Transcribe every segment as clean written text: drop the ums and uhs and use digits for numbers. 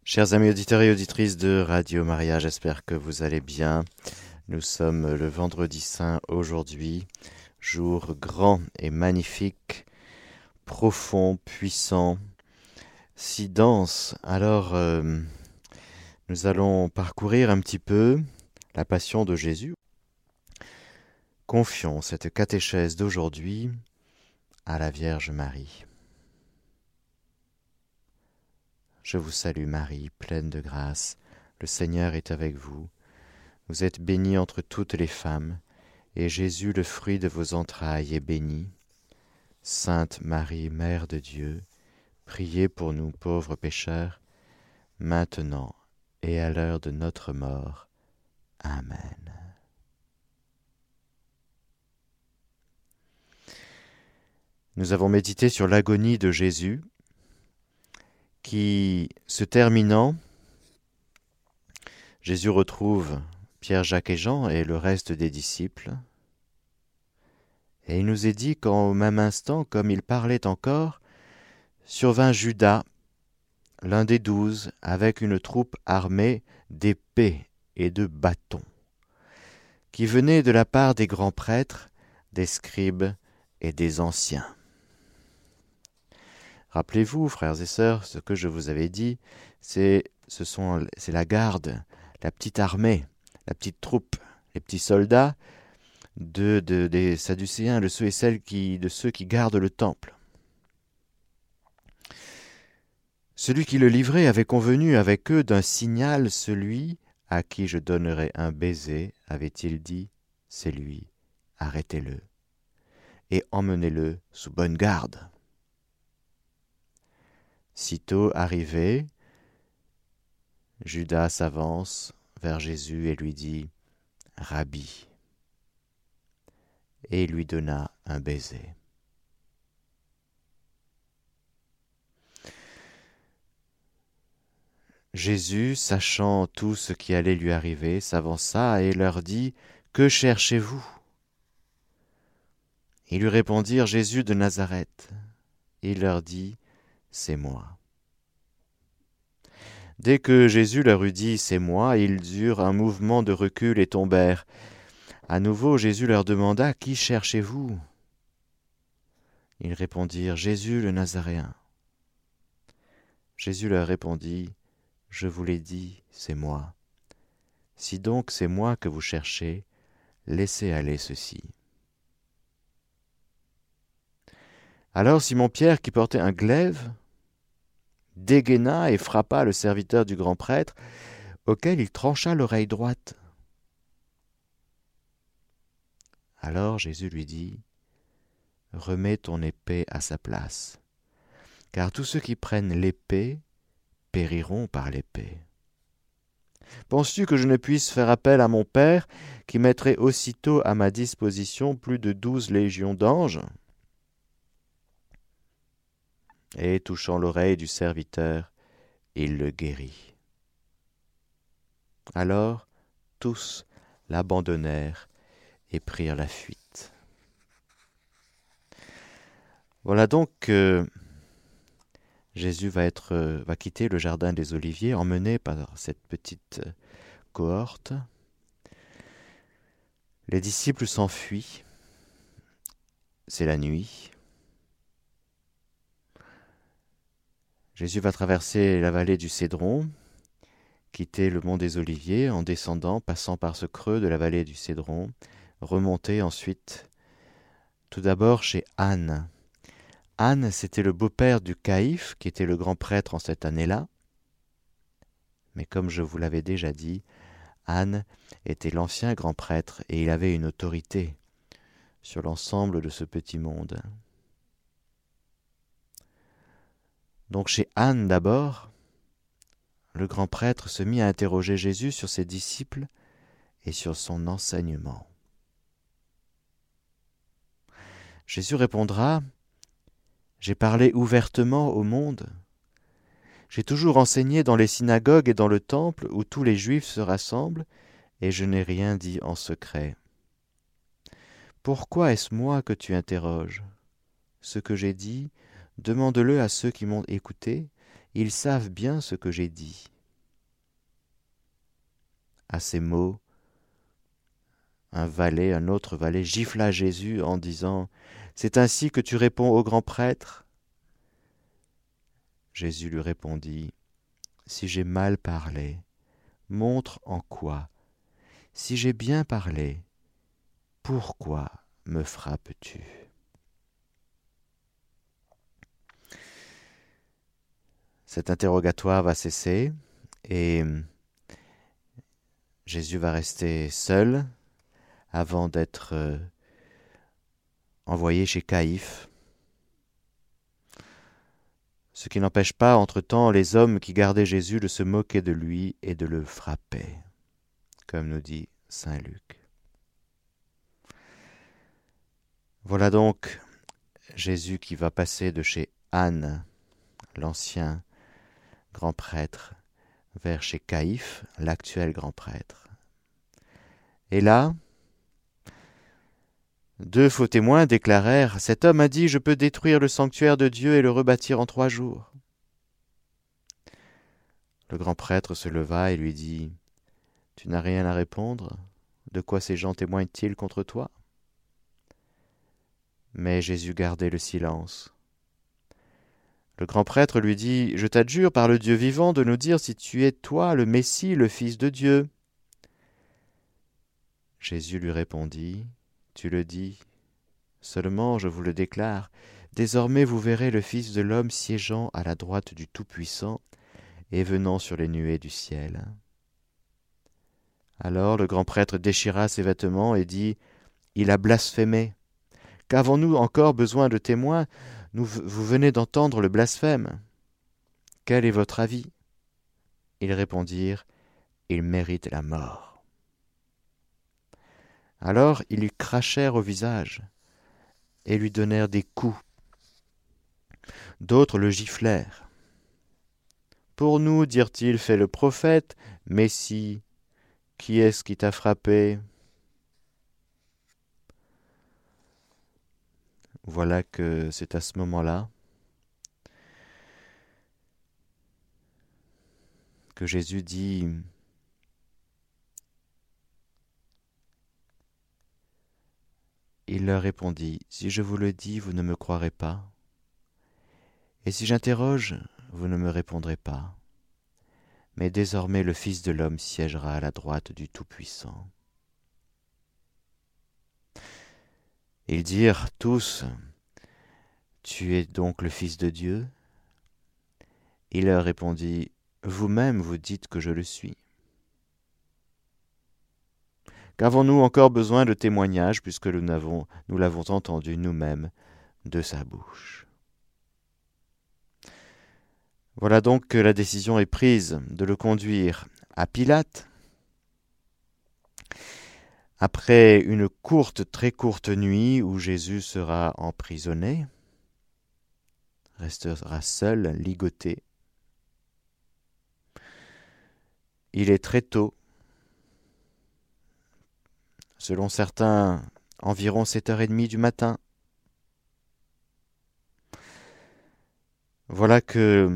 Chers amis auditeurs et auditrices de Radio Maria, j'espère que vous allez bien. Nous sommes le vendredi saint aujourd'hui, jour grand et magnifique, profond, puissant, si dense. Alors, nous allons parcourir un petit peu la passion de Jésus. Confions cette catéchèse d'aujourd'hui à la Vierge Marie. Je vous salue Marie, pleine de grâce, le Seigneur est avec vous. Vous êtes bénie entre toutes les femmes, et Jésus, le fruit de vos entrailles, est béni. Sainte Marie, Mère de Dieu, priez pour nous pauvres pécheurs, maintenant et à l'heure de notre mort. Amen. Nous avons médité sur l'agonie de Jésus, qui, se terminant, Jésus retrouve Pierre, Jacques et Jean et le reste des disciples. Et il nous est dit qu'au même instant, comme il parlait encore, survint Judas, l'un des 12, avec une troupe armée d'épées et de bâtons, qui venait de la part des grands prêtres, des scribes et des anciens. Rappelez-vous, frères et sœurs, ce que je vous avais dit, c'est la garde, la petite armée, la petite troupe, les petits soldats des Sadducéens, de ceux et celles de ceux qui gardent le temple. Celui qui le livrait avait convenu avec eux d'un signal, celui à qui je donnerai un baiser, avait-il dit, c'est lui, arrêtez-le, et emmenez-le sous bonne garde. Sitôt arrivé, Judas s'avance vers Jésus et lui dit « Rabbi », et il lui donna un baiser. Jésus, sachant tout ce qui allait lui arriver, s'avança et leur dit « Que cherchez-vous » Ils lui répondirent « Jésus de Nazareth ». Il leur dit « C'est moi ». Dès que Jésus leur eut dit « C'est moi », ils eurent un mouvement de recul et tombèrent. À nouveau, Jésus leur demanda « Qui cherchez-vous » Ils répondirent « Jésus le Nazaréen ». Jésus leur répondit « Je vous l'ai dit, c'est moi. Si donc c'est moi que vous cherchez, laissez aller ceci. » Alors Simon-Pierre, qui portait un glaive, dégaina et frappa le serviteur du grand prêtre, auquel il trancha l'oreille droite. Alors Jésus lui dit « Remets ton épée à sa place, car tous ceux qui prennent l'épée périront par l'épée. Penses-tu que je ne puisse faire appel à mon Père, qui mettrait aussitôt à ma disposition plus de 12 légions d'anges ?» Et touchant l'oreille du serviteur, il le guérit. Alors tous l'abandonnèrent et prirent la fuite. Voilà donc que Jésus va quitter le jardin des Oliviers, emmené par cette petite cohorte. Les disciples s'enfuient. C'est la nuit. Jésus va traverser la vallée du Cédron, quitter le mont des Oliviers en descendant, passant par ce creux de la vallée du Cédron, remonter ensuite, tout d'abord chez Anne. Anne, c'était le beau-père du Caïphe, qui était le grand prêtre en cette année-là. Mais comme je vous l'avais déjà dit, Anne était l'ancien grand prêtre et il avait une autorité sur l'ensemble de ce petit monde. Donc chez Anne d'abord, le grand prêtre se mit à interroger Jésus sur ses disciples et sur son enseignement. Jésus répondra « J'ai parlé ouvertement au monde. J'ai toujours enseigné dans les synagogues et dans le temple où tous les Juifs se rassemblent, et je n'ai rien dit en secret. Pourquoi est-ce moi que tu interroges ? Ce que j'ai dit, demande-le à ceux qui m'ont écouté, ils savent bien ce que j'ai dit. À ces mots, un autre valet gifla Jésus en disant « C'est ainsi que tu réponds au grand prêtre ?» Jésus lui répondit « Si j'ai mal parlé, montre en quoi. Si j'ai bien parlé, pourquoi me frappes-tu » Cet interrogatoire va cesser et Jésus va rester seul avant d'être envoyé chez Caïphe. Ce qui n'empêche pas, entre-temps, les hommes qui gardaient Jésus de se moquer de lui et de le frapper, comme nous dit saint Luc. Voilà donc Jésus qui va passer de chez Anne, l'ancien grand prêtre, vers chez Caïphe, l'actuel grand prêtre. Et là, 2 faux témoins déclarèrent « Cet homme a dit, je peux détruire le sanctuaire de Dieu et le rebâtir en 3 jours. » Le grand prêtre se leva et lui dit « Tu n'as rien à répondre? De quoi ces gens témoignent-ils contre toi ?» Mais Jésus gardait le silence. Le grand prêtre lui dit « Je t'adjure par le Dieu vivant de nous dire si tu es toi le Messie, le Fils de Dieu. » Jésus lui répondit « Tu le dis. Seulement, je vous le déclare, désormais vous verrez le Fils de l'homme siégeant à la droite du Tout-Puissant et venant sur les nuées du ciel. » Alors le grand prêtre déchira ses vêtements et dit « Il a blasphémé. Qu'avons-nous encore besoin de témoins? Vous venez d'entendre le blasphème. Quel est votre avis ?» Ils répondirent « Il mérite la mort. » Alors ils lui crachèrent au visage et lui donnèrent des coups. D'autres le giflèrent. « Pour nous, dirent-ils, fait le prophète, Messie, qui est-ce qui t'a frappé ?» Voilà que c'est à ce moment-là que Jésus dit « Il leur répondit, « Si je vous le dis, vous ne me croirez pas. Et si j'interroge, vous ne me répondrez pas. Mais désormais le Fils de l'homme siégera à la droite du Tout-Puissant. » Ils dirent tous « Tu es donc le Fils de Dieu ?» Il leur répondit « Vous-même vous dites que je le suis. » Qu'avons-nous encore besoin de témoignages puisque nous l'avons entendu nous-mêmes de sa bouche? Voilà donc que la décision est prise de le conduire à Pilate. Après une très courte nuit où Jésus sera emprisonné, restera seul, ligoté. Il est très tôt, selon certains, environ 7h30 du matin. Voilà que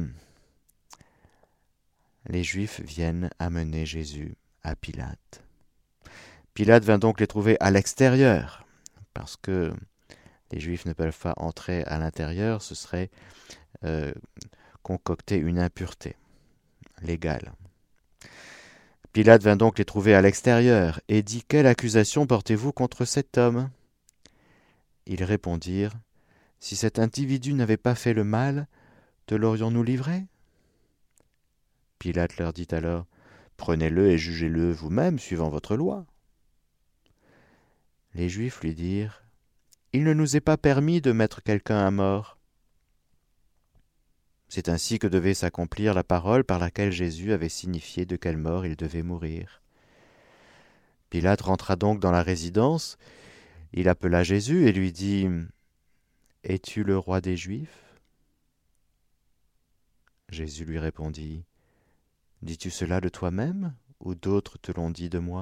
les Juifs viennent amener Jésus à Pilate. Pilate vint donc les trouver à l'extérieur, parce que les Juifs ne peuvent pas entrer à l'intérieur, ce serait concocter une impureté légale. Pilate vint donc les trouver à l'extérieur et dit « Quelle accusation portez-vous contre cet homme ?» Ils répondirent « Si cet individu n'avait pas fait le mal, te l'aurions-nous livré ?» Pilate leur dit alors « Prenez-le et jugez-le vous-même suivant votre loi. » Les Juifs lui dirent « Il ne nous est pas permis de mettre quelqu'un à mort. » C'est ainsi que devait s'accomplir la parole par laquelle Jésus avait signifié de quelle mort il devait mourir. Pilate rentra donc dans la résidence, il appela Jésus et lui dit « Es-tu le roi des Juifs ?» Jésus lui répondit « Dis-tu cela de toi-même ou d'autres te l'ont dit de moi ?»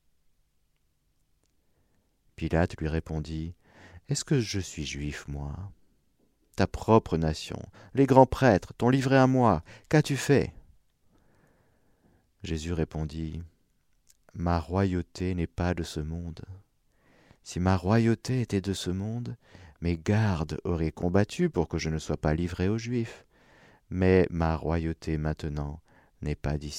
Pilate lui répondit « Est-ce que je suis juif, moi ? Ta propre nation, les grands prêtres t'ont livré à moi. Qu'as-tu fait ?» Jésus répondit ma royauté n'est pas de ce monde. Si ma royauté était de ce monde, mes gardes auraient combattu pour que je ne sois pas livré aux Juifs. Mais ma royauté maintenant n'est pas d'ici. »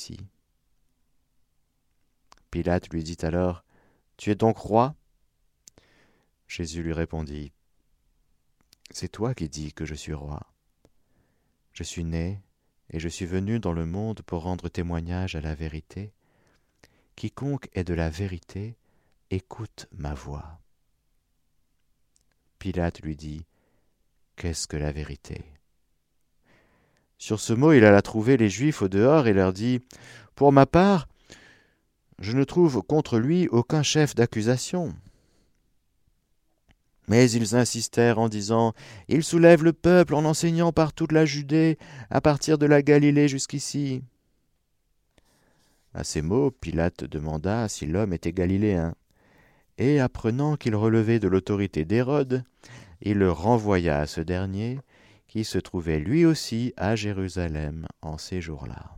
Pilate lui dit alors, « Tu es donc roi ?» Jésus lui répondit, « C'est toi qui dis que je suis roi. Je suis né et je suis venu dans le monde pour rendre témoignage à la vérité. Quiconque est de la vérité, écoute ma voix. » Pilate lui dit, « Qu'est-ce que la vérité ?» Sur ce mot, il alla trouver les Juifs au dehors et leur dit, « Pour ma part, je ne trouve contre lui aucun chef d'accusation. » Mais ils insistèrent en disant, « Il soulève le peuple en enseignant par toute la Judée, à partir de la Galilée jusqu'ici. » À ces mots, Pilate demanda si l'homme était galiléen. Et apprenant qu'il relevait de l'autorité d'Hérode, il le renvoya à ce dernier, qui se trouvait lui aussi à Jérusalem en ces jours-là.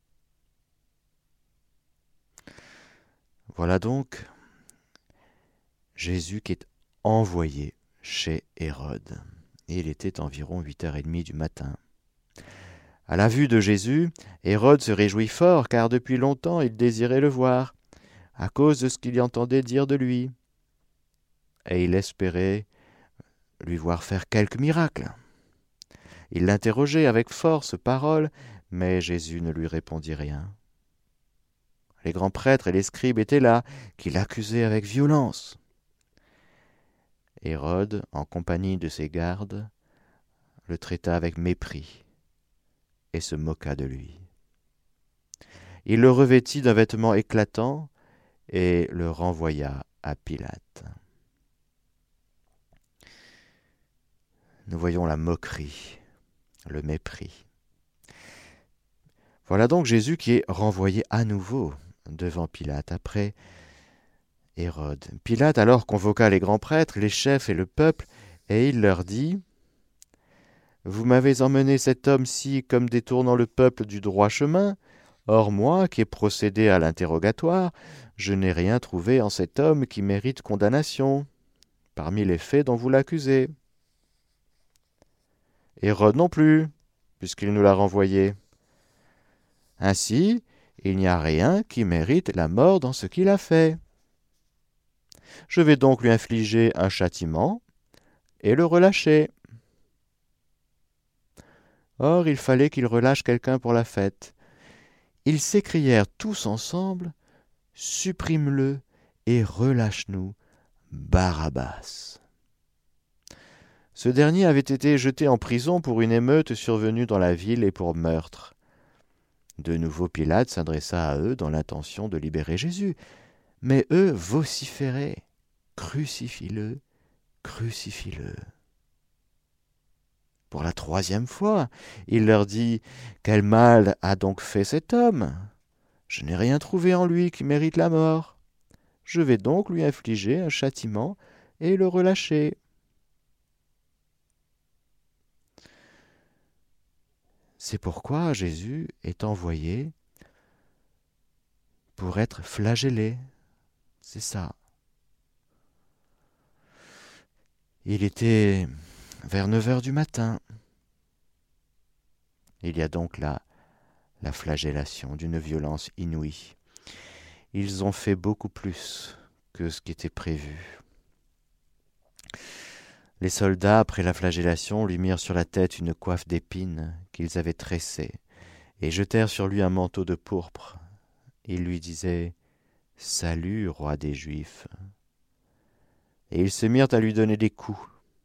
Voilà donc Jésus qui est envoyé chez Hérode. Il était environ 8h30 du matin. À la vue de Jésus, Hérode se réjouit fort, car depuis longtemps il désirait le voir, à cause de ce qu'il entendait dire de lui. Et il espérait lui voir faire quelque miracle. Il l'interrogeait avec force, paroles, mais Jésus ne lui répondit rien. Les grands prêtres et les scribes étaient là, qui l'accusaient avec violence. Hérode, en compagnie de ses gardes, le traita avec mépris et se moqua de lui. Il le revêtit d'un vêtement éclatant et le renvoya à Pilate. Nous voyons la moquerie, le mépris. Voilà donc Jésus qui est renvoyé à nouveau devant Pilate après Hérode. Pilate alors convoqua les grands prêtres, les chefs et le peuple, et il leur dit, « Vous m'avez emmené cet homme-ci comme détournant le peuple du droit chemin. Or moi, qui ai procédé à l'interrogatoire, je n'ai rien trouvé en cet homme qui mérite condamnation, parmi les faits dont vous l'accusez. Hérode non plus, puisqu'il nous l'a renvoyé. Ainsi, il n'y a rien qui mérite la mort dans ce qu'il a fait. Je vais donc lui infliger un châtiment et le relâcher. » Or, il fallait qu'il relâche quelqu'un pour la fête. Ils s'écrièrent tous ensemble, « Supprime-le et relâche-nous Barabbas. » Ce dernier avait été jeté en prison pour une émeute survenue dans la ville et pour meurtre. De nouveau Pilate s'adressa à eux dans l'intention de libérer Jésus. Mais eux vociféraient, « Crucifie-le, crucifie-le. » Pour la 3e fois, il leur dit, « Quel mal a donc fait cet homme? Je n'ai rien trouvé en lui qui mérite la mort. Je vais donc lui infliger un châtiment et le relâcher. » C'est pourquoi Jésus est envoyé pour être flagellé. C'est ça. Il était vers 9h du matin. Il y a donc là la flagellation d'une violence inouïe. Ils ont fait beaucoup plus que ce qui était prévu. Les soldats, après la flagellation, lui mirent sur la tête une coiffe d'épines qu'ils avaient tressée et jetèrent sur lui un manteau de pourpre. Ils lui disaient « Salut, roi des Juifs !» Et ils se mirent à lui donner des coups.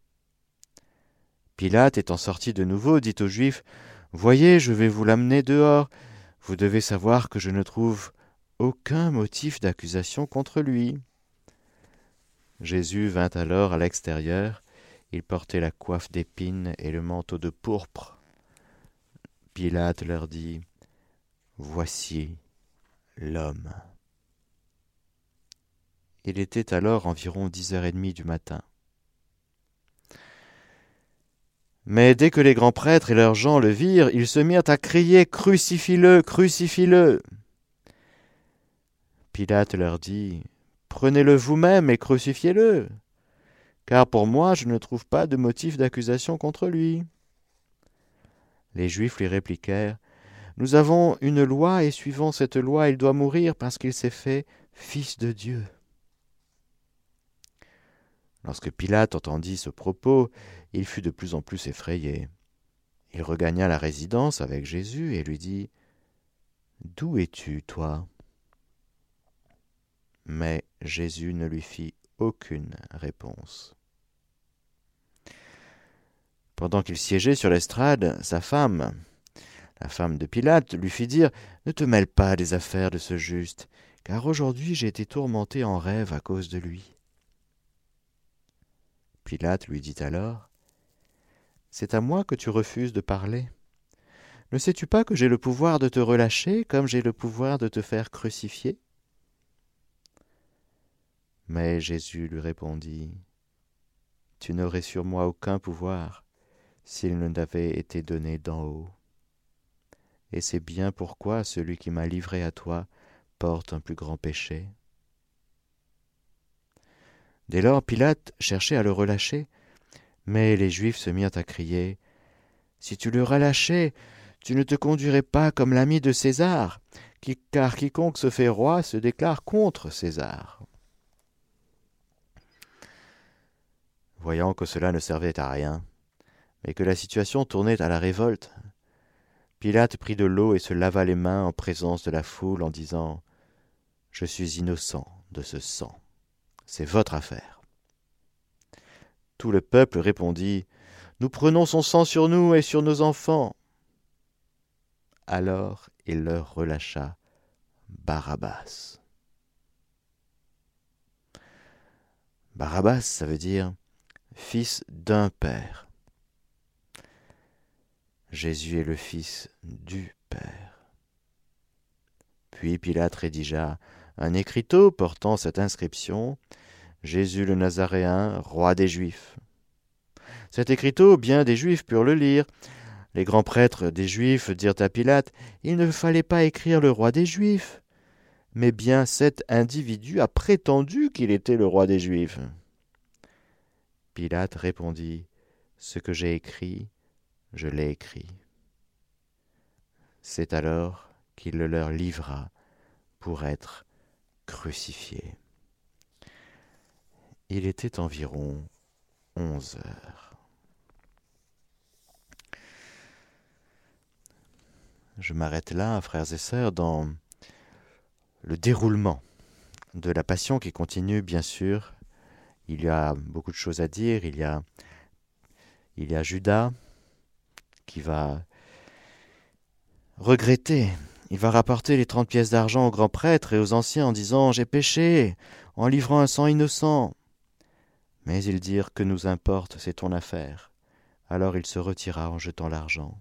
Pilate, étant sorti de nouveau, dit aux Juifs « Voyez, je vais vous l'amener dehors. Vous devez savoir que je ne trouve aucun motif d'accusation contre lui. » Jésus vint alors à l'extérieur. Il portait la coiffe d'épines et le manteau de pourpre. Pilate leur dit « Voici l'homme. » Il était alors environ 10h30 du matin. Mais dès que les grands prêtres et leurs gens le virent, ils se mirent à crier « Crucifie-le, crucifie-le » Pilate leur dit, « Prenez-le vous-même et crucifiez-le, car pour moi je ne trouve pas de motif d'accusation contre lui. » Les Juifs lui répliquèrent, « Nous avons une loi et suivant cette loi il doit mourir parce qu'il s'est fait fils de Dieu. » Lorsque Pilate entendit ce propos, il fut de plus en plus effrayé. Il regagna la résidence avec Jésus et lui dit, « D'où es-tu, toi » Mais Jésus ne lui fit aucune réponse. Pendant qu'il siégeait sur l'estrade, sa femme, la femme de Pilate, lui fit dire, « Ne te mêle pas des affaires de ce juste, car aujourd'hui j'ai été tourmenté en rêve à cause de lui. » Pilate lui dit alors, « C'est à moi que tu refuses de parler. Ne sais-tu pas que j'ai le pouvoir de te relâcher comme j'ai le pouvoir de te faire crucifier ?» Mais Jésus lui répondit, « Tu n'aurais sur moi aucun pouvoir s'il ne t'avait été donné d'en haut. Et c'est bien pourquoi celui qui m'a livré à toi porte un plus grand péché. » Dès lors, Pilate cherchait à le relâcher, mais les Juifs se mirent à crier, « Si tu le relâchais, tu ne te conduirais pas comme l'ami de César, car quiconque se fait roi se déclare contre César. » Voyant que cela ne servait à rien, mais que la situation tournait à la révolte, Pilate prit de l'eau et se lava les mains en présence de la foule en disant, « Je suis innocent de ce sang, c'est votre affaire. » Tout le peuple répondit, « Nous prenons son sang sur nous et sur nos enfants. » Alors il leur relâcha Barabbas. Barabbas, ça veut dire fils d'un père. Jésus est le fils du Père. Puis Pilate rédigea un écriteau portant cette inscription, « Jésus le Nazaréen, roi des Juifs ». Cet écriteau, bien des Juifs purent le lire. Les grands prêtres des Juifs dirent à Pilate, « Il ne fallait pas écrire le roi des Juifs, mais bien cet individu a prétendu qu'il était le roi des Juifs. » Pilate répondit, « Ce que j'ai écrit, je l'ai écrit. » C'est alors qu'il le leur livra pour être crucifié. Il était environ 11 heures. Je m'arrête là, frères et sœurs, dans le déroulement de la passion qui continue, bien sûr. Il y a beaucoup de choses à dire. Il y a Judas qui va regretter. Il va rapporter les 30 pièces d'argent aux grands prêtres et aux anciens en disant « J'ai péché en livrant un sang innocent. » Mais ils dirent « Que nous importe, c'est ton affaire. » Alors il se retira en jetant l'argent.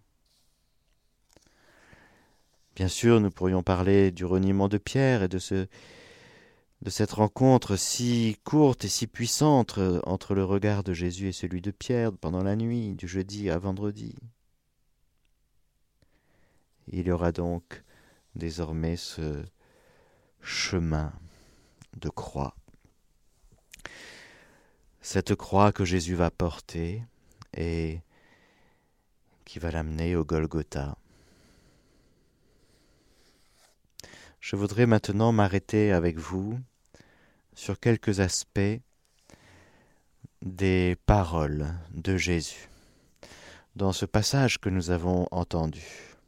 Bien sûr, nous pourrions parler du reniement de Pierre et de cette rencontre si courte et si puissante entre le regard de Jésus et celui de Pierre pendant la nuit, du jeudi à vendredi. Il y aura donc désormais ce chemin de croix. Cette croix que Jésus va porter et qui va l'amener au Golgotha. Je voudrais maintenant m'arrêter avec vous sur quelques aspects des paroles de Jésus dans ce passage que nous avons entendu.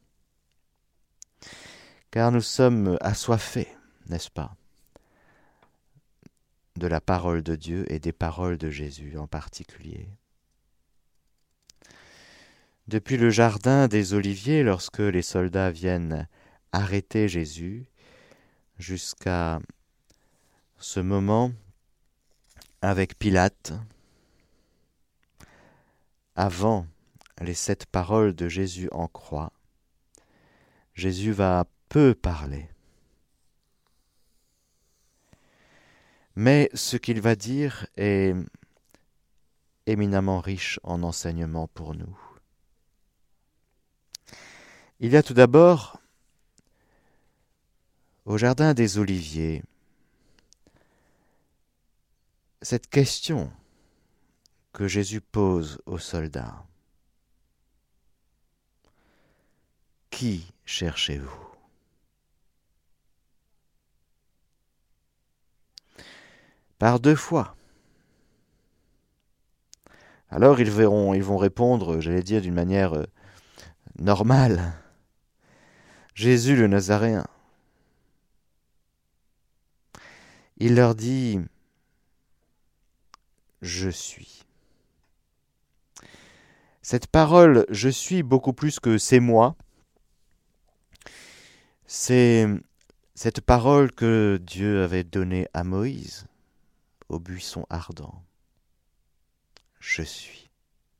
Car nous sommes assoiffés, n'est-ce pas, de la parole de Dieu et des paroles de Jésus en particulier. Depuis le jardin des Oliviers, lorsque les soldats viennent arrêter Jésus, jusqu'à ce moment avec Pilate, avant les 7 paroles de Jésus en croix, Jésus va peu parler. Mais ce qu'il va dire est éminemment riche en enseignements pour nous. Il y a tout d'abord, au jardin des Oliviers, cette question que Jésus pose aux soldats. Qui cherchez-vous? Par 2 fois. Alors ils vont répondre, j'allais dire d'une manière normale. Jésus le Nazaréen. Il leur dit, je suis. Cette parole, je suis, beaucoup plus que c'est moi, c'est cette parole que Dieu avait donnée à Moïse au buisson ardent. Je suis.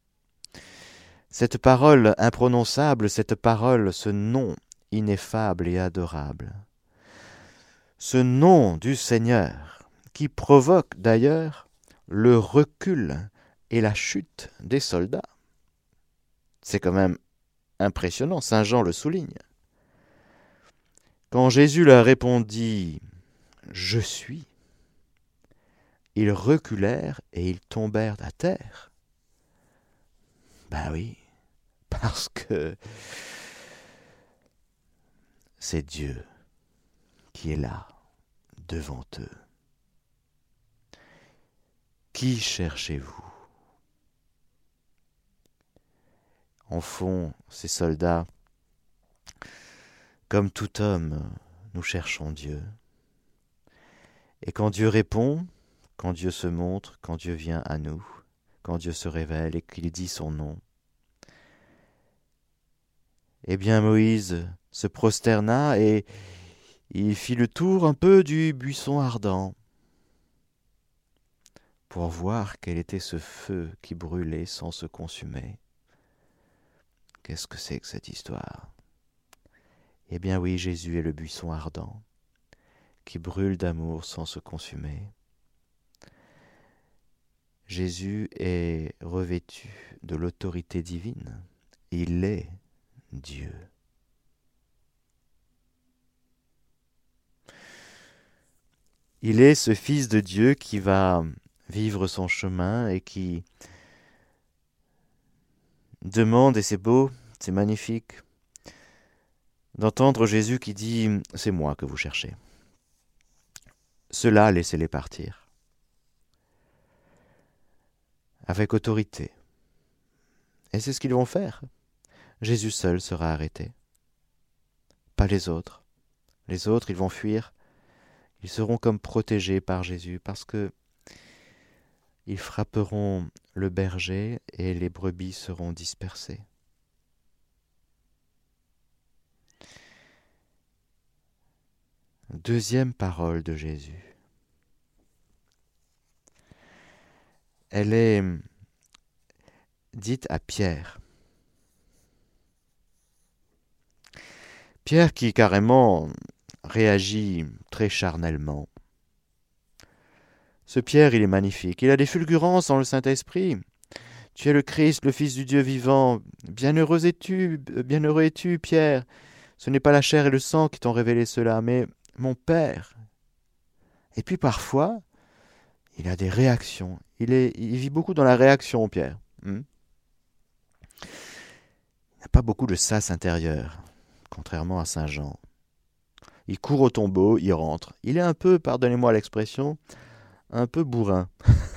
Cette parole imprononçable, cette parole, ce nom ineffable et adorable, ce nom du Seigneur qui provoque d'ailleurs le recul et la chute des soldats. C'est quand même impressionnant, Saint Jean le souligne. Quand Jésus leur répondit « Je suis », ils reculèrent et ils tombèrent à terre. Ben oui, parce que c'est Dieu qui est là, devant eux. Qui cherchez-vous? En fond, ces soldats, comme tout homme, nous cherchons Dieu. Et quand Dieu répond, quand Dieu se montre, quand Dieu vient à nous, quand Dieu se révèle et qu'il dit son nom, eh bien Moïse se prosterna et il fit le tour un peu du buisson ardent pour voir quel était ce feu qui brûlait sans se consumer. Qu'est-ce que c'est que cette histoire? Eh bien oui, Jésus est le buisson ardent qui brûle d'amour sans se consumer. Jésus est revêtu de l'autorité divine. Il est Dieu. Il est ce Fils de Dieu qui va vivre son chemin et qui demande, et c'est beau, c'est magnifique, d'entendre Jésus qui dit « C'est moi que vous cherchez ». Ceux-là, laissez-les partir. Avec autorité. Et c'est ce qu'ils vont faire. Jésus seul sera arrêté. Pas les autres. Les autres, ils vont fuir. Ils seront comme protégés par Jésus parce que ils frapperont le berger et les brebis seront dispersées. Deuxième parole de Jésus. Elle est dite à Pierre. Pierre qui carrément réagit très charnellement. Ce Pierre, il est magnifique. Il a des fulgurances en le Saint-Esprit. Tu es le Christ, le Fils du Dieu vivant. Bienheureux es-tu, Pierre. Ce n'est pas la chair et le sang qui t'ont révélé cela, mais mon Père. Et puis parfois, il a des réactions. Il vit beaucoup dans la réaction, Pierre. Il n'a pas beaucoup de sas intérieur, contrairement à Saint Jean. Il court au tombeau, il rentre. Il est un peu, pardonnez-moi l'expression, un peu bourrin.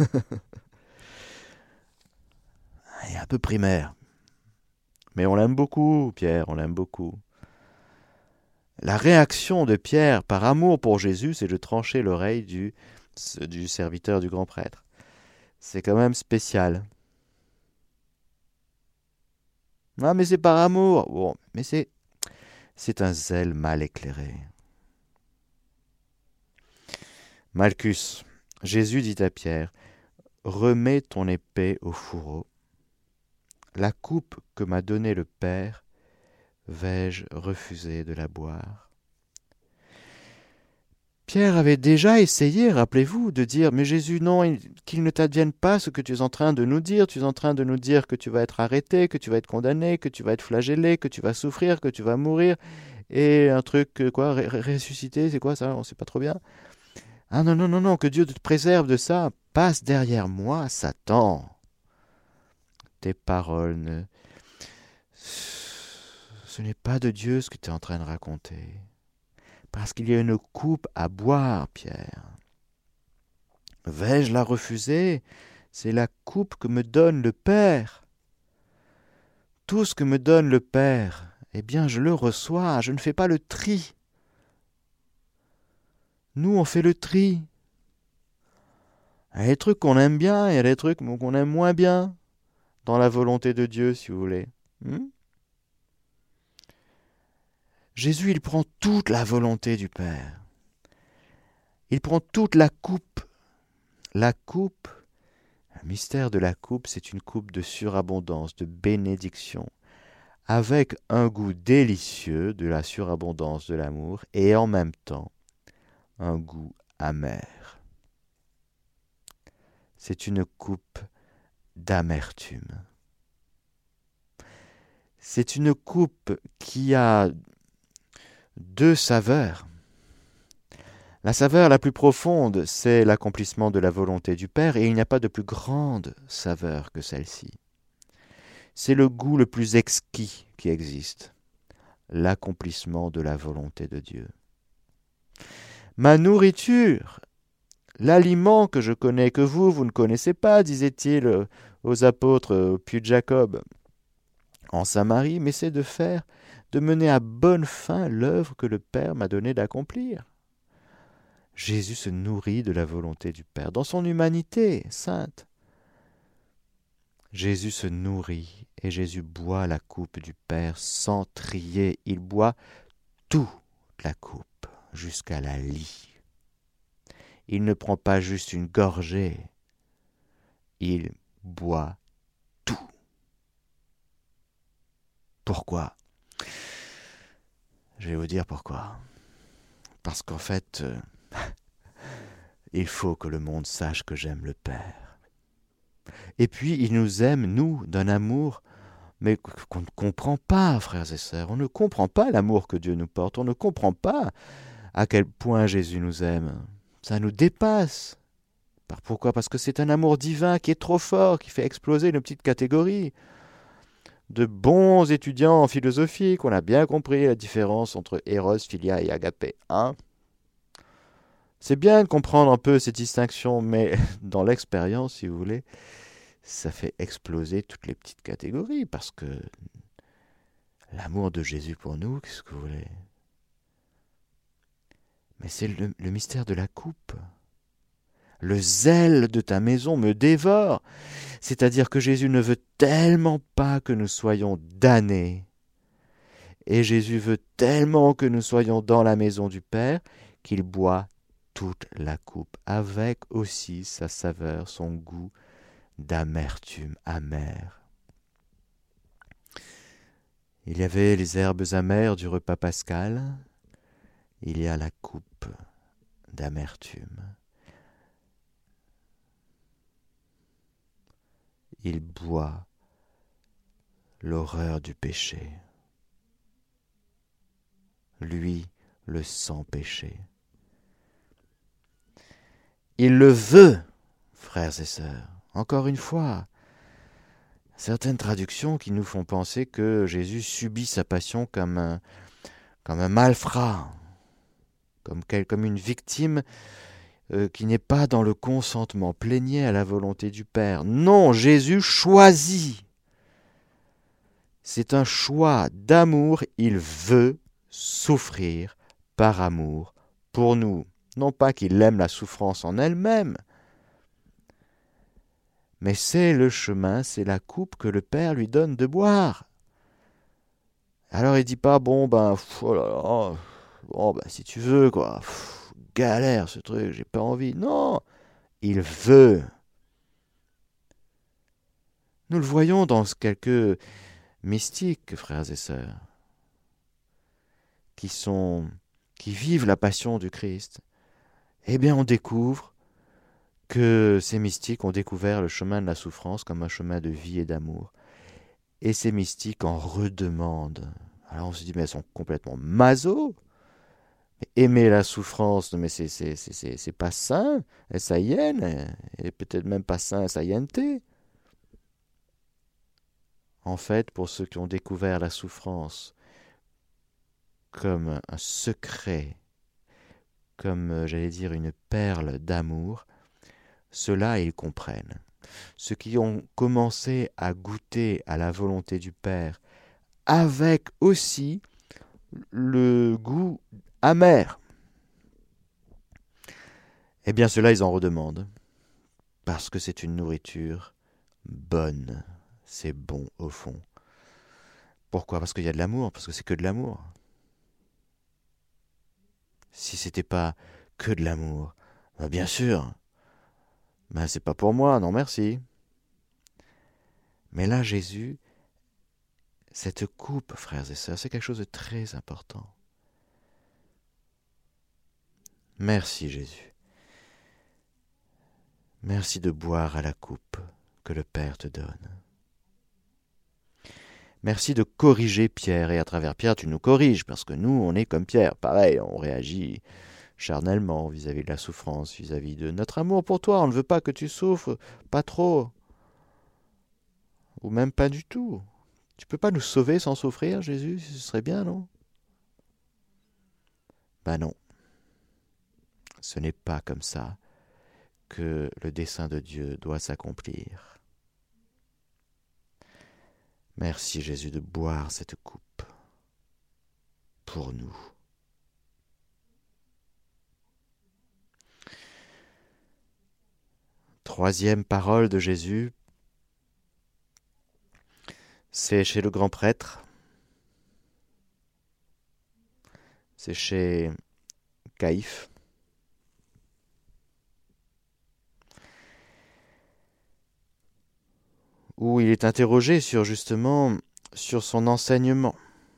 Il est un peu primaire. Mais on l'aime beaucoup, Pierre, on l'aime beaucoup. La réaction de Pierre par amour pour Jésus, c'est de trancher l'oreille du serviteur du grand prêtre. C'est quand même spécial. Ah, mais c'est par amour. Bon, mais c'est un zèle mal éclairé. Malchus, Jésus dit à Pierre, « Remets ton épée au fourreau. La coupe que m'a donnée le Père, vais-je refuser de la boire ?» Pierre avait déjà essayé, rappelez-vous, de dire « Mais Jésus, non, qu'il ne t'advienne pas ce que tu es en train de nous dire. Tu es en train de nous dire que tu vas être arrêté, que tu vas être condamné, que tu vas être flagellé, que tu vas souffrir, que tu vas mourir. Et un truc, quoi, ressuscité, c'est quoi ça? On ne sait pas trop bien. Ah non, non, non, non, que Dieu te préserve de ça. Passe derrière moi, Satan. Tes paroles ne... Ce n'est pas de Dieu ce que tu es en train de raconter. Parce qu'il y a une coupe à boire, Pierre. Vais-je la refuser? C'est la coupe que me donne le Père. Tout ce que me donne le Père, eh bien, je le reçois, je ne fais pas le tri. Nous, on fait le tri. Il y a des trucs qu'on aime bien, il y a des trucs qu'on aime moins bien, dans la volonté de Dieu, si vous voulez. Jésus, il prend toute la volonté du Père. Il prend toute la coupe. La coupe, le mystère de la coupe, c'est une coupe de surabondance, de bénédiction, avec un goût délicieux de la surabondance de l'amour et en même temps un goût amer. C'est une coupe d'amertume. C'est une coupe qui a deux saveurs. La saveur la plus profonde, c'est l'accomplissement de la volonté du Père, et il n'y a pas de plus grande saveur que celle-ci. C'est le goût le plus exquis qui existe, l'accomplissement de la volonté de Dieu. Ma nourriture, l'aliment que je connais, que vous ne connaissez pas, disait-il aux apôtres au puits de Jacob, en Samarie, mais c'est de mener à bonne fin l'œuvre que le Père m'a donné d'accomplir. Jésus se nourrit de la volonté du Père, dans son humanité sainte. Jésus se nourrit et Jésus boit la coupe du Père sans trier. Il boit toute la coupe jusqu'à la lie. Il ne prend pas juste une gorgée, il boit tout. Pourquoi? Je vais vous dire pourquoi. Parce qu'en fait, il faut que le monde sache que j'aime le Père. Et puis, il nous aime, nous, d'un amour, mais qu'on ne comprend pas, frères et sœurs. On ne comprend pas l'amour que Dieu nous porte. On ne comprend pas à quel point Jésus nous aime. Ça nous dépasse. Pourquoi? Parce que c'est un amour divin qui est trop fort, qui fait exploser nos petites catégories. De bons étudiants en philosophie, qu'on a bien compris la différence entre Eros, Philia et Agapé. C'est bien de comprendre un peu ces distinctions, mais dans l'expérience, si vous voulez, ça fait exploser toutes les petites catégories, parce que l'amour de Jésus pour nous, qu'est-ce que vous voulez? Mais c'est le mystère de la coupe. Le zèle de ta maison me dévore. C'est-à-dire que Jésus ne veut tellement pas que nous soyons damnés. Et Jésus veut tellement que nous soyons dans la maison du Père qu'il boit toute la coupe, avec aussi sa saveur, son goût d'amertume amère. Il y avait les herbes amères du repas pascal, il y a la coupe d'amertume. Il boit l'horreur du péché. Lui, le sans péché. Il le veut, frères et sœurs. Encore une fois, certaines traductions qui nous font penser que Jésus subit sa passion comme un malfrat, comme une victime qui n'est pas dans le consentement plénier à la volonté du Père. Non, Jésus choisit. C'est un choix d'amour. Il veut souffrir par amour pour nous. Non pas qu'il aime la souffrance en elle-même, mais c'est le chemin, c'est la coupe que le Père lui donne de boire. Alors il dit pas, oh là là, si tu veux, quoi, galère ce truc, j'ai pas envie. Non, il veut. Nous le voyons dans quelques mystiques, frères et sœurs, qui vivent la passion du Christ. Eh bien, on découvre que ces mystiques ont découvert le chemin de la souffrance comme un chemin de vie et d'amour. Et ces mystiques en redemandent. Alors on se dit, mais elles sont complètement maso. Aimer la souffrance, mais c'est pas sain, S-A-I-N, et peut-être même pas sain, S-A-I-N-T. En fait, pour ceux qui ont découvert la souffrance comme un secret, comme, j'allais dire, une perle d'amour, ceux-là, ils comprennent. Ceux qui ont commencé à goûter à la volonté du Père, avec aussi le goût amer, eh bien ceux-là, ils en redemandent, parce que c'est une nourriture bonne. C'est bon au fond. Pourquoi? Parce qu'il y a de l'amour, parce que c'est que de l'amour. Si c'était pas que de l'amour, bien sûr, c'est pas pour moi, non merci. Mais là, Jésus, cette coupe, frères et sœurs, c'est quelque chose de très important. Merci Jésus. Merci de boire à la coupe que le Père te donne. Merci de corriger Pierre, et à travers Pierre, tu nous corriges, parce que nous, on est comme Pierre, pareil, on réagit charnellement vis-à-vis de la souffrance, vis-à-vis de notre amour pour toi. On ne veut pas que tu souffres, pas trop, ou même pas du tout. Tu peux pas nous sauver sans souffrir, Jésus? Ce serait bien, non? Ben non, ce n'est pas comme ça que le dessein de Dieu doit s'accomplir. Merci Jésus de boire cette coupe pour nous. Troisième parole de Jésus, c'est chez le grand prêtre, c'est chez Caïphe. Où il est interrogé sur justement sur son enseignement,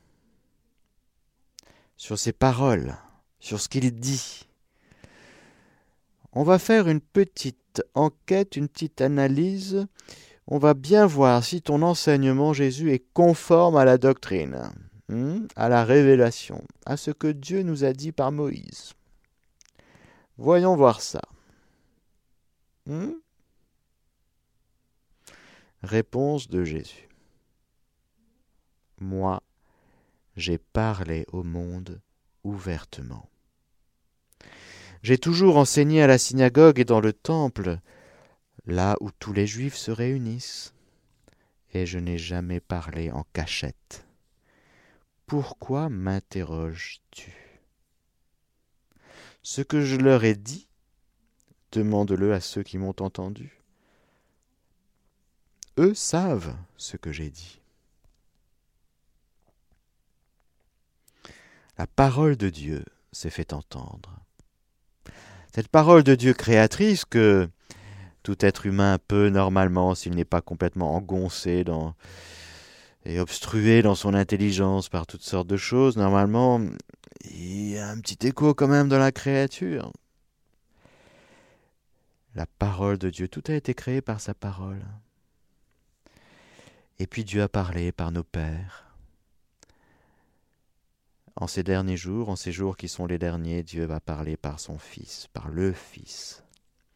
sur ses paroles, sur ce qu'il dit. On va faire une petite enquête, une petite analyse. On va bien voir si ton enseignement, Jésus, est conforme à la doctrine, à la révélation, à ce que Dieu nous a dit par Moïse. Voyons voir ça. Réponse de Jésus. Moi, j'ai parlé au monde ouvertement. J'ai toujours enseigné à la synagogue et dans le temple, là où tous les Juifs se réunissent, et je n'ai jamais parlé en cachette. Pourquoi m'interroges-tu? Ce que je leur ai dit, demande-le à ceux qui m'ont entendu. Eux savent ce que j'ai dit. La parole de Dieu s'est fait entendre. Cette parole de Dieu créatrice que tout être humain peut normalement, s'il n'est pas complètement engoncé et obstrué dans son intelligence par toutes sortes de choses, normalement, il y a un petit écho quand même dans la créature. La parole de Dieu, tout a été créé par sa parole. Et puis Dieu a parlé par nos pères. En ces derniers jours, en ces jours qui sont les derniers, Dieu va parler par son Fils, par le Fils.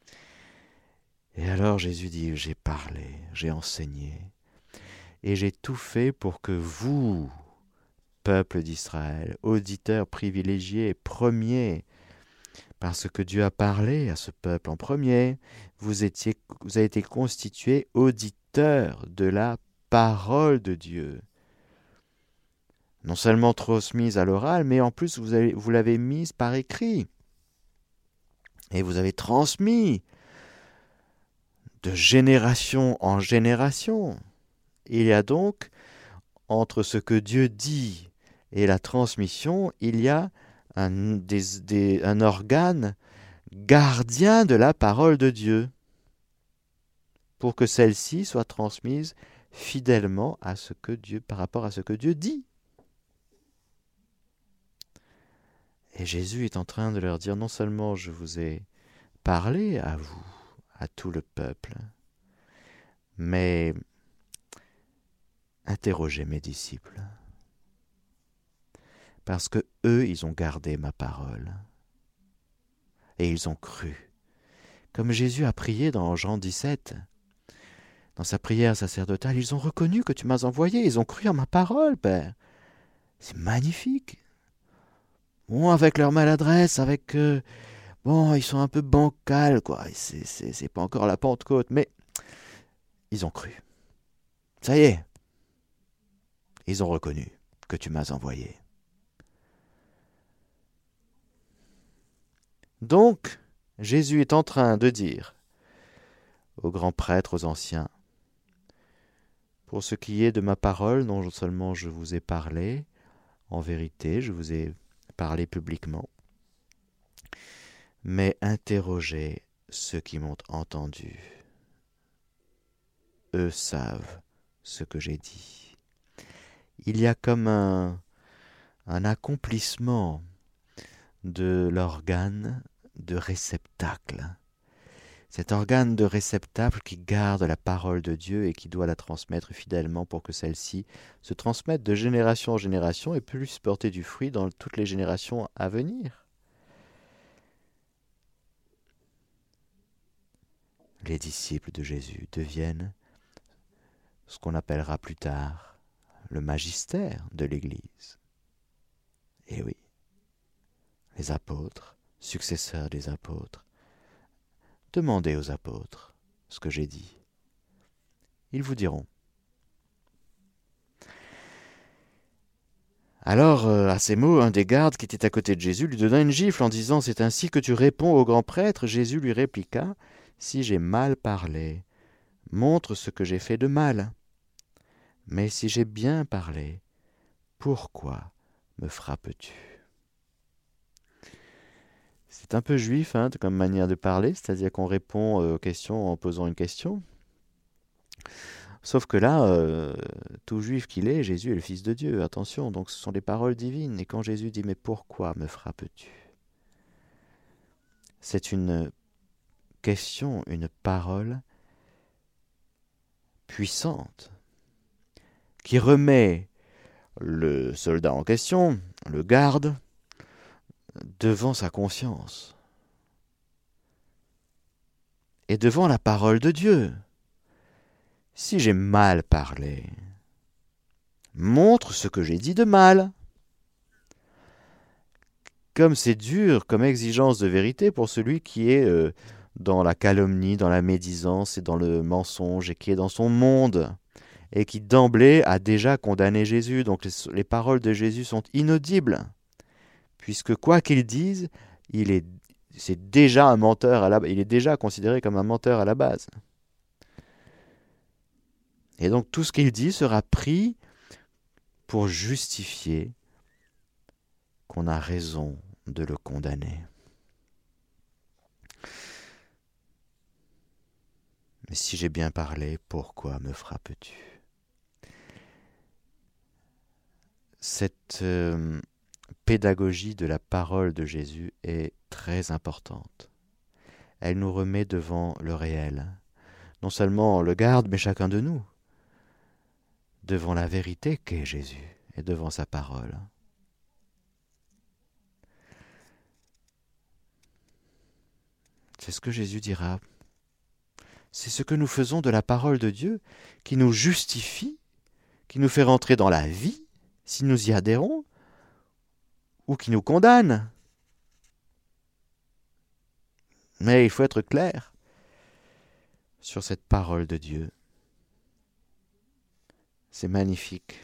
Et alors Jésus dit, j'ai parlé, j'ai enseigné, et j'ai tout fait pour que vous, peuple d'Israël, auditeurs privilégiés, premiers, parce que Dieu a parlé à ce peuple en premier, vous avez été constitués auditeurs de la parole de Dieu. Non seulement transmise à l'oral, mais en plus vous l'avez mise par écrit. Et vous avez transmis de génération en génération. Il y a donc, entre ce que Dieu dit et la transmission, il y a un organe gardien de la parole de Dieu, pour que celle-ci soit transmise fidèlement à ce que Dieu, par rapport à ce que Dieu dit. Et Jésus est en train de leur dire, non seulement je vous ai parlé à vous, à tout le peuple, mais interrogez mes disciples. parce que eux, ils ont gardé ma parole. Et ils ont cru. Comme Jésus a prié dans Jean 17, dans sa prière sacerdotale, ils ont reconnu que tu m'as envoyé, ils ont cru en ma parole, Père. C'est magnifique. Bon, avec leur maladresse, avec... bon, ils sont un peu bancals, quoi. C'est pas encore la Pentecôte, mais ils ont cru. Ça y est. Ils ont reconnu que tu m'as envoyé. Donc, Jésus est en train de dire aux grands prêtres, aux anciens, pour ce qui est de ma parole, non seulement je vous ai parlé, en vérité, je vous ai parlé publiquement, mais interrogez ceux qui m'ont entendu. Eux savent ce que j'ai dit. Il y a comme un accomplissement de l'organe de réceptacle. Cet organe de réceptacle qui garde la parole de Dieu et qui doit la transmettre fidèlement pour que celle-ci se transmette de génération en génération et puisse porter du fruit dans toutes les générations à venir. Les disciples de Jésus deviennent ce qu'on appellera plus tard le magistère de l'Église. Et oui, les apôtres, successeurs des apôtres, demandez aux apôtres ce que j'ai dit. Ils vous diront. Alors, à ces mots, un des gardes qui était à côté de Jésus lui donna une gifle en disant « C'est ainsi que tu réponds au grand prêtre ?» Jésus lui répliqua « Si j'ai mal parlé, montre ce que j'ai fait de mal. Mais si j'ai bien parlé, pourquoi me frappes-tu » C'est un peu juif comme manière de parler, c'est-à-dire qu'on répond aux questions en posant une question. Sauf que là, tout juif qu'il est, Jésus est le Fils de Dieu. Attention, donc ce sont des paroles divines. Et quand Jésus dit « Mais pourquoi me frappes-tu » c'est une question, une parole puissante qui remet le soldat en question, le garde, devant sa conscience et devant la parole de Dieu. Si j'ai mal parlé, montre ce que j'ai dit de mal. Comme c'est dur comme exigence de vérité pour celui qui est dans la calomnie, dans la médisance et dans le mensonge et qui est dans son monde et qui d'emblée a déjà condamné Jésus. Donc les paroles de Jésus sont inaudibles puisque quoi qu'il dise, c'est déjà un menteur il est déjà considéré comme un menteur à la base. Et donc tout ce qu'il dit sera pris pour justifier qu'on a raison de le condamner. Mais si j'ai bien parlé, pourquoi me frappes-tu ? Cette pédagogie de la parole de Jésus est très importante. Elle nous remet devant le réel. Non seulement le garde, mais chacun de nous. Devant la vérité qu'est Jésus et devant sa parole. C'est ce que Jésus dira. C'est ce que nous faisons de la parole de Dieu qui nous justifie, qui nous fait rentrer dans la vie, si nous y adhérons, ou qui nous condamne. Mais il faut être clair sur cette parole de Dieu. C'est magnifique.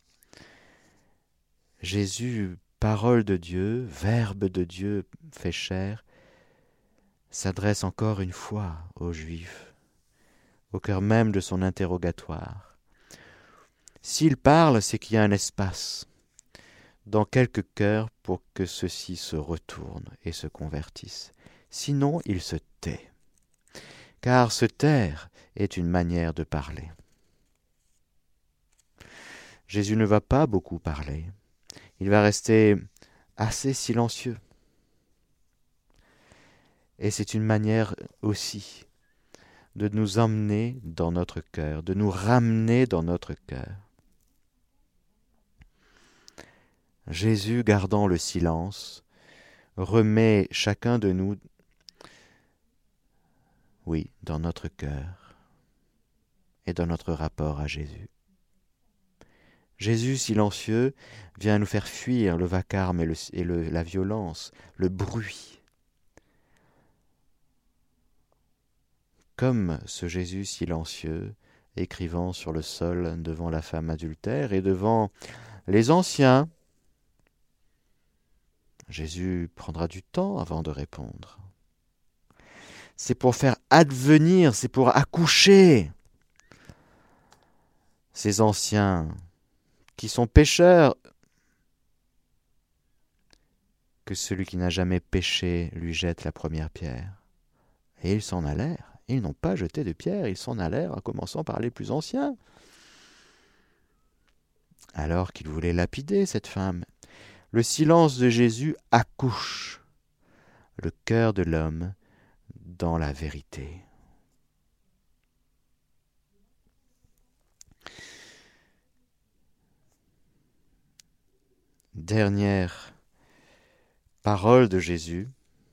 Jésus, parole de Dieu, verbe de Dieu fait chair, s'adresse encore une fois aux Juifs, au cœur même de son interrogatoire. S'il parle, c'est qu'il y a un espace dans quelque cœur pour que ceux-ci se retournent et se convertissent. Sinon, il se tait. Car se taire est une manière de parler. Jésus ne va pas beaucoup parler. Il va rester assez silencieux. Et c'est une manière aussi de nous emmener dans notre cœur, de nous ramener dans notre cœur. Jésus, gardant le silence, remet chacun de nous, oui, dans notre cœur et dans notre rapport à Jésus. Jésus silencieux vient nous faire fuir le vacarme et la violence, le bruit. Comme ce Jésus silencieux, écrivant sur le sol devant la femme adultère et devant les anciens, Jésus prendra du temps avant de répondre. C'est pour faire advenir, c'est pour accoucher ces anciens qui sont pécheurs, que celui qui n'a jamais péché lui jette la première pierre. Et ils s'en allèrent. Ils n'ont pas jeté de pierre, ils s'en allèrent en commençant par les plus anciens. Alors qu'ils voulaient lapider cette femme, le silence de Jésus accouche le cœur de l'homme dans la vérité. Dernière parole de Jésus,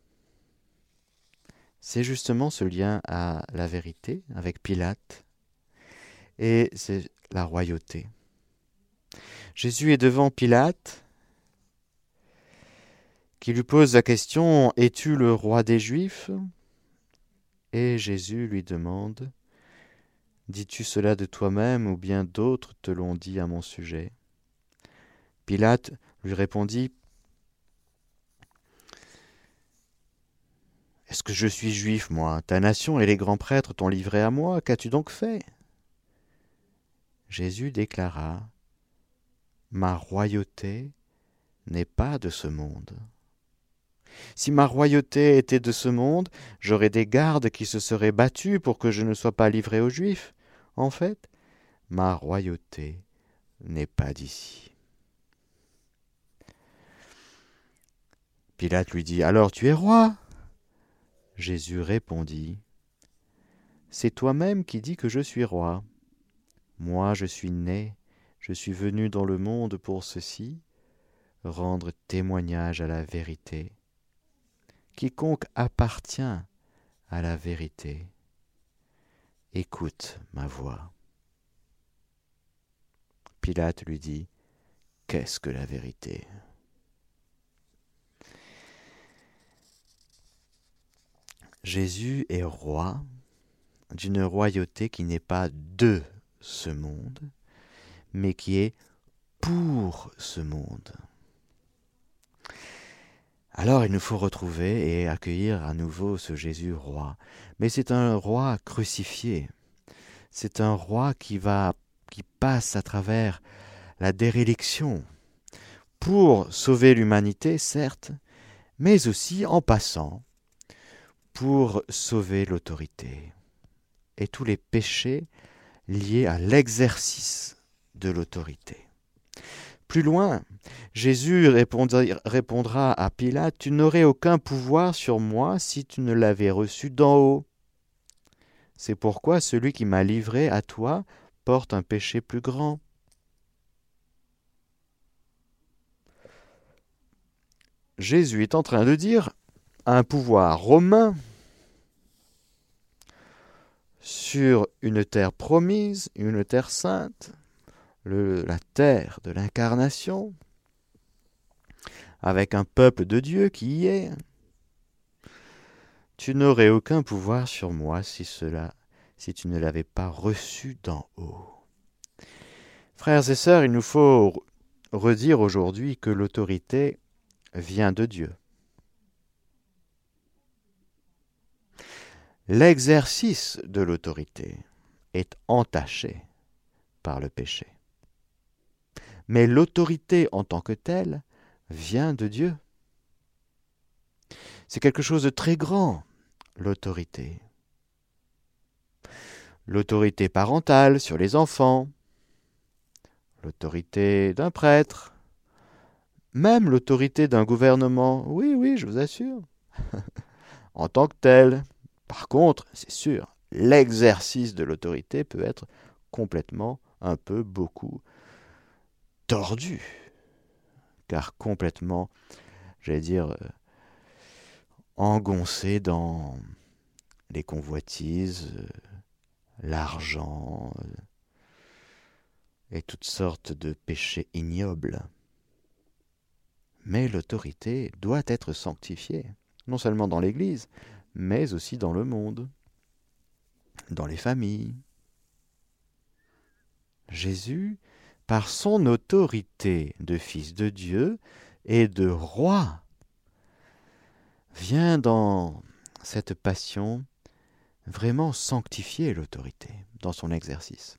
c'est justement ce lien à la vérité avec Pilate, et c'est la royauté. Jésus est devant Pilate, qui lui pose la question « Es-tu le roi des Juifs ?» Et Jésus lui demande « Dis-tu cela de toi-même ou bien d'autres te l'ont dit à mon sujet ?» Pilate lui répondit « Est-ce que je suis juif, moi? Ta nation et les grands prêtres t'ont livré à moi. Qu'as-tu donc fait ?» Jésus déclara « Ma royauté n'est pas de ce monde. Si ma royauté était de ce monde, j'aurais des gardes qui se seraient battus pour que je ne sois pas livré aux Juifs. En fait, ma royauté n'est pas d'ici. » Pilate lui dit « Alors tu es roi ?» Jésus répondit « C'est toi-même qui dis que je suis roi. Moi je suis né, je suis venu dans le monde pour ceci, rendre témoignage à la vérité. Quiconque appartient à la vérité, écoute ma voix. » Pilate lui dit « Qu'est-ce que la vérité ?» Jésus est roi d'une royauté qui n'est pas de ce monde, mais qui est pour ce monde. Alors il nous faut retrouver et accueillir à nouveau ce Jésus roi. Mais c'est un roi crucifié. C'est un roi qui passe à travers la déréliction pour sauver l'humanité, certes, mais aussi en passant pour sauver l'autorité et tous les péchés liés à l'exercice de l'autorité. Plus loin, Jésus répondra à Pilate « Tu n'aurais aucun pouvoir sur moi si tu ne l'avais reçu d'en haut. C'est pourquoi celui qui m'a livré à toi porte un péché plus grand. » Jésus est en train de dire un pouvoir romain sur une terre promise, une terre sainte, la terre de l'incarnation, avec un peuple de Dieu qui y est. Tu n'aurais aucun pouvoir sur moi si tu ne l'avais pas reçu d'en haut. Frères et sœurs, il nous faut redire aujourd'hui que l'autorité vient de Dieu. L'exercice de l'autorité est entaché par le péché. Mais l'autorité en tant que telle vient de Dieu. C'est quelque chose de très grand, l'autorité. L'autorité parentale sur les enfants, l'autorité d'un prêtre, même l'autorité d'un gouvernement, oui, je vous assure, en tant que tel. Par contre, c'est sûr, l'exercice de l'autorité peut être complètement, un peu, beaucoup tordu, car complètement, engoncé dans les convoitises, l'argent et toutes sortes de péchés ignobles. Mais l'autorité doit être sanctifiée, non seulement dans l'Église, mais aussi dans le monde, dans les familles. Jésus, par son autorité de Fils de Dieu et de roi, vient dans cette passion vraiment sanctifier l'autorité dans son exercice.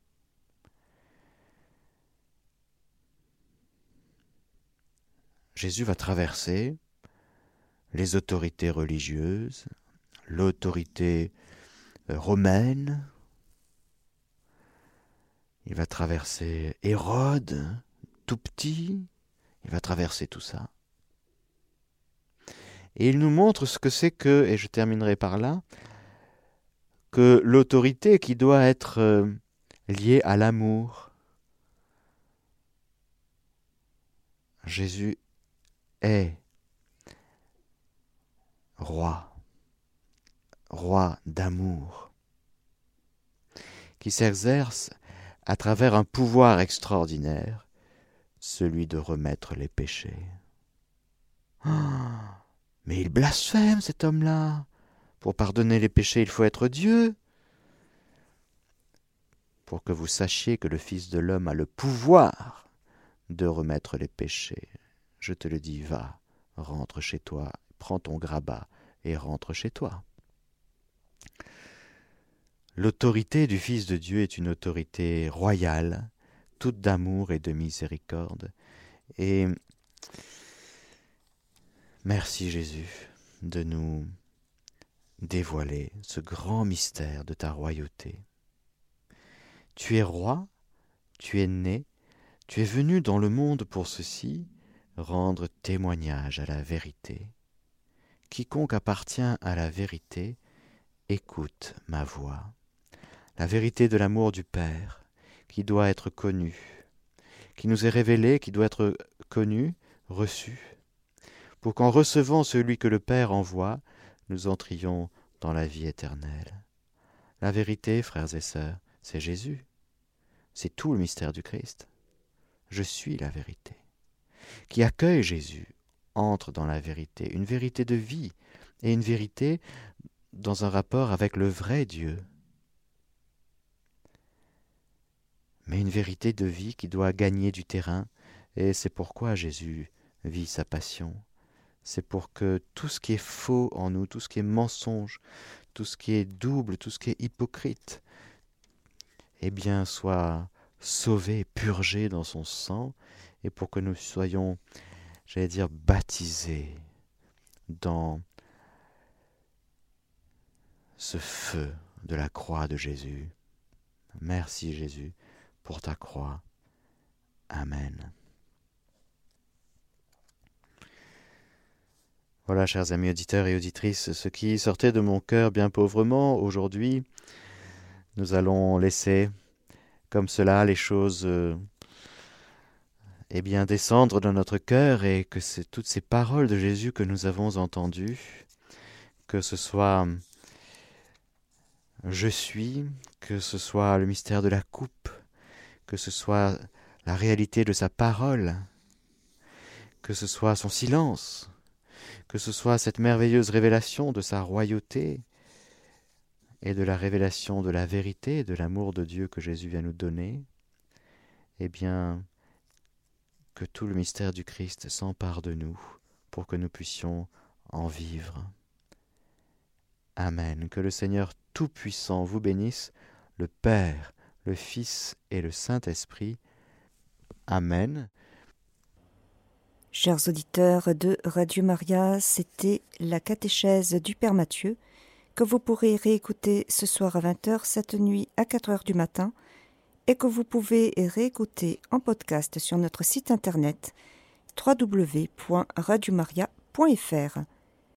Jésus va traverser les autorités religieuses, l'autorité romaine, il va traverser Hérode, tout petit, il va traverser tout ça. Et il nous montre ce que c'est que, et je terminerai par là, que l'autorité qui doit être liée à l'amour. Jésus est roi d'amour, qui s'exerce à travers un pouvoir extraordinaire, celui de remettre les péchés. Mais il blasphème, cet homme-là. Pour pardonner les péchés, il faut être Dieu. Pour que vous sachiez que le Fils de l'homme a le pouvoir de remettre les péchés. Je te le dis, va, rentre chez toi, prends ton grabat et rentre chez toi. L'autorité du Fils de Dieu est une autorité royale, toute d'amour et de miséricorde. Et merci Jésus de nous dévoiler ce grand mystère de ta royauté. Tu es roi, tu es né, tu es venu dans le monde pour ceci, rendre témoignage à la vérité. Quiconque appartient à la vérité, écoute ma voix. La vérité de l'amour du Père, qui doit être connue, qui nous est révélée, qui doit être connue, reçue, pour qu'en recevant celui que le Père envoie, nous entrions dans la vie éternelle. La vérité, frères et sœurs, c'est Jésus. C'est tout le mystère du Christ. Je suis la vérité. Qui accueille Jésus entre dans la vérité, une vérité de vie et une vérité dans un rapport avec le vrai Dieu. Mais une vérité de vie qui doit gagner du terrain, et c'est pourquoi Jésus vit sa passion. C'est pour que tout ce qui est faux en nous, tout ce qui est mensonge, tout ce qui est double, tout ce qui est hypocrite, eh bien, soit sauvé, purgé dans son sang, et pour que nous soyons, baptisés dans ce feu de la croix de Jésus. Merci Jésus pour ta croix. Amen. Voilà, chers amis auditeurs et auditrices, ce qui sortait de mon cœur bien pauvrement aujourd'hui. Nous allons laisser comme cela les choses descendre dans notre cœur, et que c'est toutes ces paroles de Jésus que nous avons entendues, que ce soit je suis, que ce soit le mystère de la coupe, que ce soit la réalité de sa parole, que ce soit son silence, que ce soit cette merveilleuse révélation de sa royauté et de la révélation de la vérité, de l'amour de Dieu que Jésus vient nous donner, eh bien, que tout le mystère du Christ s'empare de nous pour que nous puissions en vivre. Amen. Que le Seigneur Tout-Puissant vous bénisse, le Père, le Fils et le Saint-Esprit. Amen. Chers auditeurs de Radio Maria, c'était la catéchèse du Père Mathieu que vous pourrez réécouter ce soir à 20h, cette nuit à 4h du matin, et que vous pouvez réécouter en podcast sur notre site internet www.radiomaria.fr.